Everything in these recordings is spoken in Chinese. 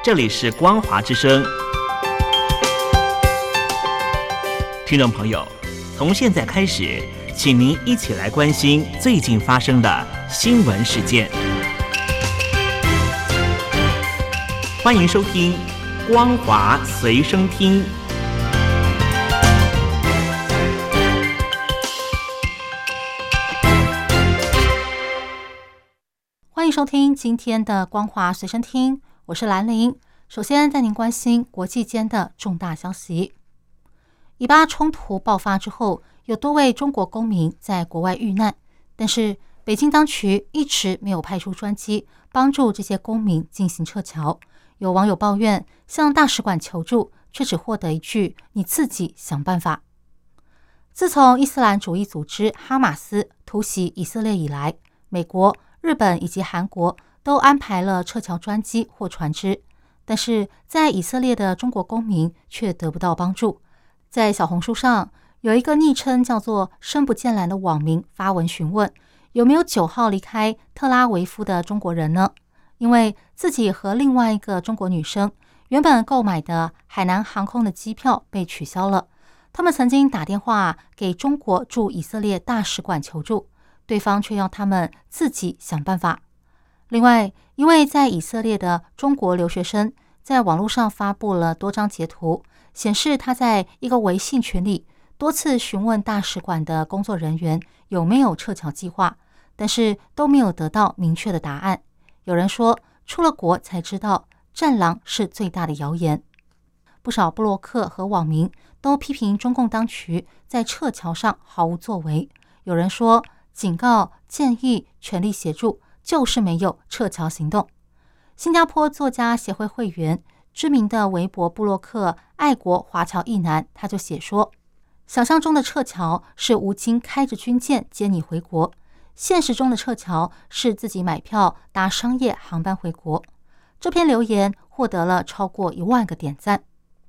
这里是光华之声。听众朋友，从现在开始，请您一起来关心最近发生的新闻事件。欢迎收听光华随声听。 欢迎收听今天的光华随身听，我是兰玲。首先带您关心国际间的重大消息。以巴冲突爆发之后，有多位中国公民在国外遇难，但是北京当局一直没有派出专机帮助这些公民进行撤侨。有网友抱怨，向大使馆求助，却只获得一句“你自己想办法”。自从伊斯兰主义组织哈马斯突袭以色列以来，美国、日本以及韩国都安排了撤侨专机或船只，但是在以色列的中国公民却得不到帮助。在小红书上，有一个昵称叫做“深不见蓝”的网民发文询问，有没有9号离开特拉维夫的中国人呢？因为自己和另外一个中国女生原本购买的海南航空的机票被取消了，他们曾经打电话给中国驻以色列大使馆求助，对方却要他们自己想办法。另外，一位在以色列的中国留学生在网络上发布了多张截图，显示他在一个微信群里多次询问大使馆的工作人员有没有撤侨计划，但是都没有得到明确的答案。有人说，出了国才知道战狼是最大的谣言。不少部落客和网民都批评中共当局在撤侨上毫无作为。有人说，警告、建议、全力协助，就是没有撤侨行动。新加坡作家协会会员、知名的微博部落客爱国华侨一男，他就写说，想象中的撤侨是吴京开着军舰接你回国，现实中的撤侨是自己买票搭商业航班回国。这篇留言获得了超过1万个点赞。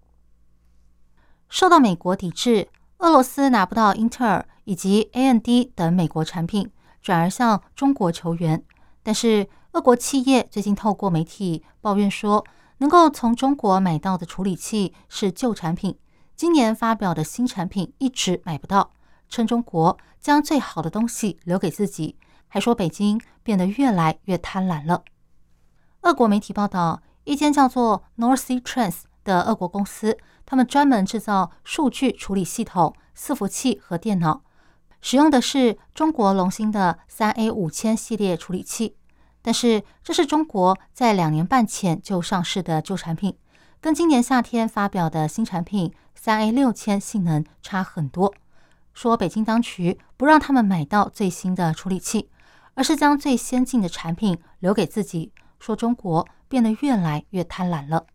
受到美国抵制，俄罗斯拿不到英特尔以及 AMD 等美国产品，转而向中国求援。但是俄国企业最近透过媒体抱怨说，能够从中国买到的处理器是旧产品，今年发表的新产品一直买不到，称中国将最好的东西留给自己，还说北京变得越来越贪婪了。俄国媒体报道，一间叫做 North Sea Trans 的俄国公司，他们专门制造数据处理系统、伺服器和电脑，使用的是中国龙芯的 3A5000 系列处理器。但是这是中国在2年半前就上市的旧产品，跟今年夏天发表的新产品 3A6000 性能差很多。说北京当局不让他们买到最新的处理器，而是将最先进的产品留给自己，说中国变得越来越贪婪了。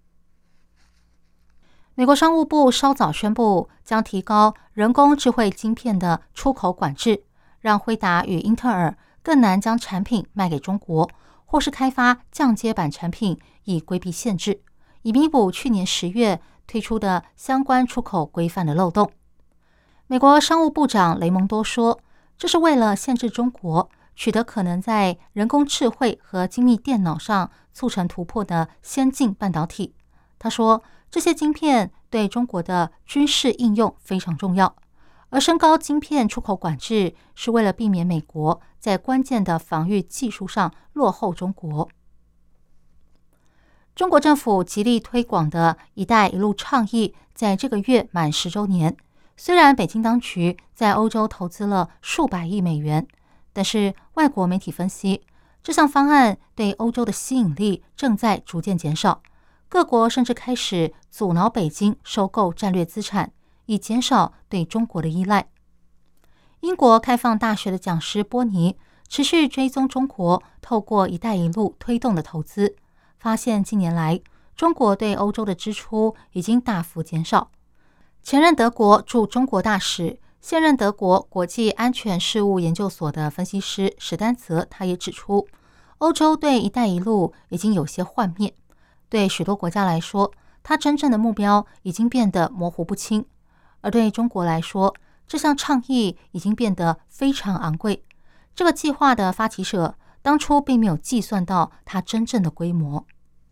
美国商务部稍早宣布，将提高人工智慧晶片的出口管制，让辉达与英特尔更难将产品卖给中国，或是开发降阶版产品以规避限制，以弥补去年10月推出的相关出口规范的漏洞。美国商务部长雷蒙多说，这是为了限制中国取得可能在人工智慧和精密电脑上促成突破的先进半导体。他说，这些晶片对中国的军事应用非常重要，而升高晶片出口管制是为了避免美国在关键的防御技术上落后中国。中国政府极力推广的“一带一路”倡议在这个月满10周年。虽然北京当局在欧洲投资了数百亿美元，但是外国媒体分析，这项方案对欧洲的吸引力正在逐渐减少。各国甚至开始阻挠北京收购战略资产，以减少对中国的依赖。英国开放大学的讲师波尼持续追踪中国透过“一带一路”推动的投资，发现近年来中国对欧洲的支出已经大幅减少。前任德国驻中国大使、现任德国国际安全事务研究所的分析师史丹泽，他也指出，欧洲对“一带一路”已经有些幻灭。对许多国家来说，它真正的目标已经变得模糊不清，而对中国来说，这项倡议已经变得非常昂贵。这个计划的发起者当初并没有计算到它真正的规模。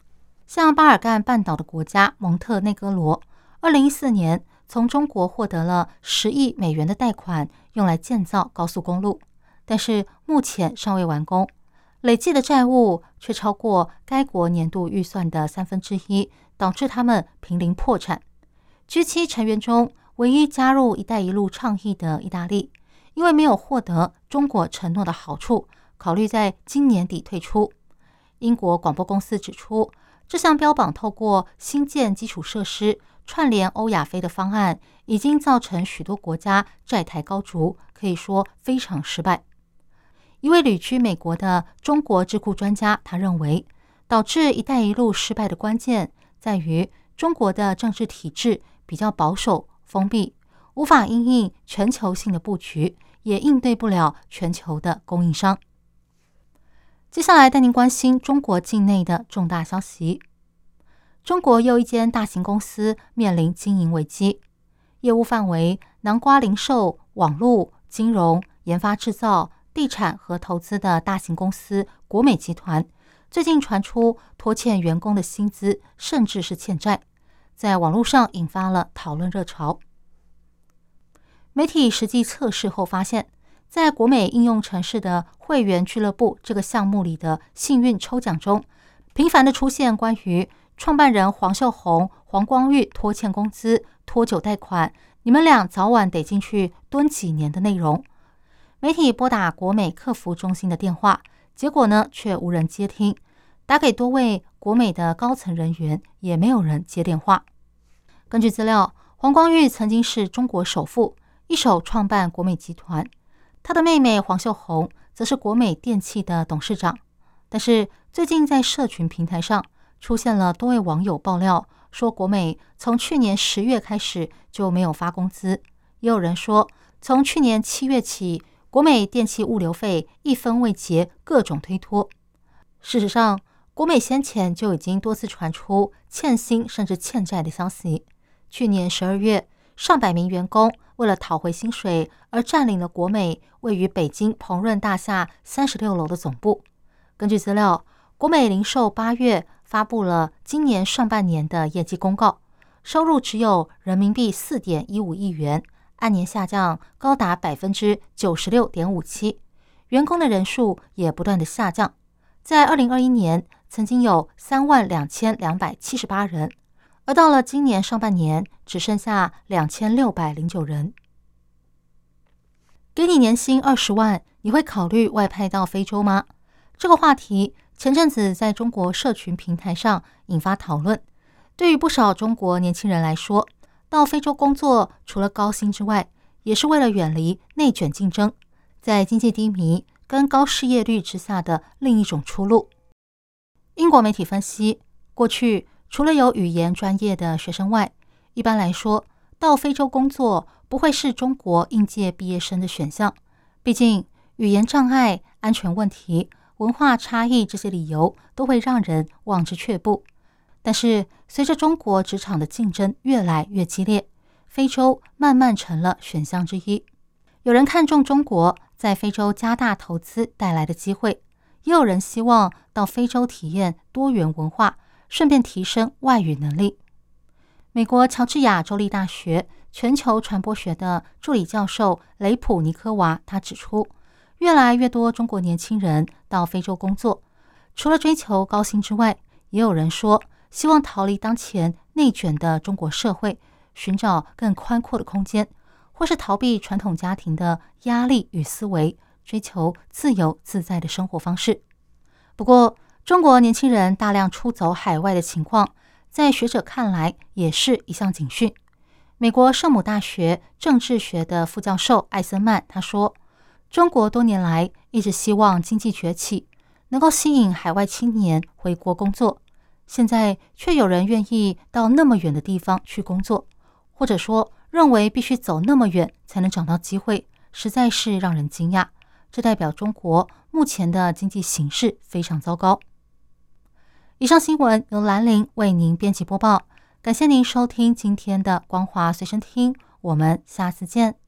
像巴尔干半岛的国家蒙特内哥罗，2014年从中国获得了10亿美元的贷款，用来建造高速公路，但是目前尚未完工，累计的债务却超过该国年度预算的1/3，导致他们濒临破产。G7 成员中唯一加入“一带一路”倡议的意大利，因为没有获得中国承诺的好处，考虑在今年底退出。英国广播公司指出，这项标榜透过新建基础设施串联欧亚非的方案，已经造成许多国家债台高筑，可以说非常失败。一位旅居美国的中国智库专家，他认为，导致“一带一路”失败的关键在于中国的政治体制比较保守、封闭，无法因应全球性的布局，也应对不了全球的供应商。接下来带您关心中国境内的重大消息。中国又一间大型公司面临经营危机，业务范围囊括零售、网络、金融、研发制造、地产和投资的大型公司国美集团，最近传出拖欠员工的薪资，甚至是欠债，在网络上引发了讨论热潮。媒体实际测试后发现，在国美应用程式的会员俱乐部这个项目里的幸运抽奖中，频繁的出现关于创办人黄秀红、黄光裕拖欠工资、拖久贷款，你们俩早晚得进去蹲几年的内容。媒体拨打国美客服中心的电话，结果呢却无人接听，打给多位国美的高层人员，也没有人接电话。根据资料，黄光裕曾经是中国首富，一手创办国美集团。他的妹妹黄秀红则是国美电器的董事长，但是最近在社群平台上出现了多位网友爆料，说国美从去年10月开始就没有发工资，也有人说从去年7月起，国美电器物流费一分未结，各种推脱。事实上，国美先前就已经多次传出欠薪甚至欠债的消息。去年12月，上百名员工为了讨回薪水而占领了国美位于北京鹏润大厦36楼的总部。根据资料，国美零售8月发布了今年上半年的业绩公告，收入只有人民币4.15亿元，按年下降高达 96.57%， 员工的人数也不断的下降。在2021年曾经有32278人，而到了今年上半年只剩下2609人。给你年薪20万，你会考虑外派到非洲吗？这个话题前阵子在中国社群平台上引发讨论。对于不少中国年轻人来说，到非洲工作除了高薪之外，也是为了远离内卷竞争，在经济低迷跟高失业率之下的另一种出路。英国媒体分析，过去除了有语言专业的学生外，一般来说，到非洲工作不会是中国应届毕业生的选项。毕竟语言障碍、安全问题、文化差异这些理由都会让人望之却步。但是随着中国职场的竞争越来越激烈，非洲慢慢成了选项之一。有人看重中国在非洲加大投资带来的机会，也有人希望到非洲体验多元文化，顺便提升外语能力。美国乔治亚州立大学全球传播学的助理教授雷普尼科娃他指出，越来越多中国年轻人到非洲工作，除了追求高薪之外，也有人说希望逃离当前内卷的中国社会，寻找更宽阔的空间，或是逃避传统家庭的压力与思维，追求自由自在的生活方式。不过，中国年轻人大量出走海外的情况，在学者看来也是一项警讯。美国圣母大学政治学的副教授艾森曼他说，中国多年来一直希望经济崛起，能够吸引海外青年回国工作，现在却有人愿意到那么远的地方去工作，或者说认为必须走那么远才能找到机会，实在是让人惊讶。这代表中国目前的经济形势非常糟糕。以上新闻由兰陵为您编辑播报，感谢您收听今天的光华随身听，我们下次见。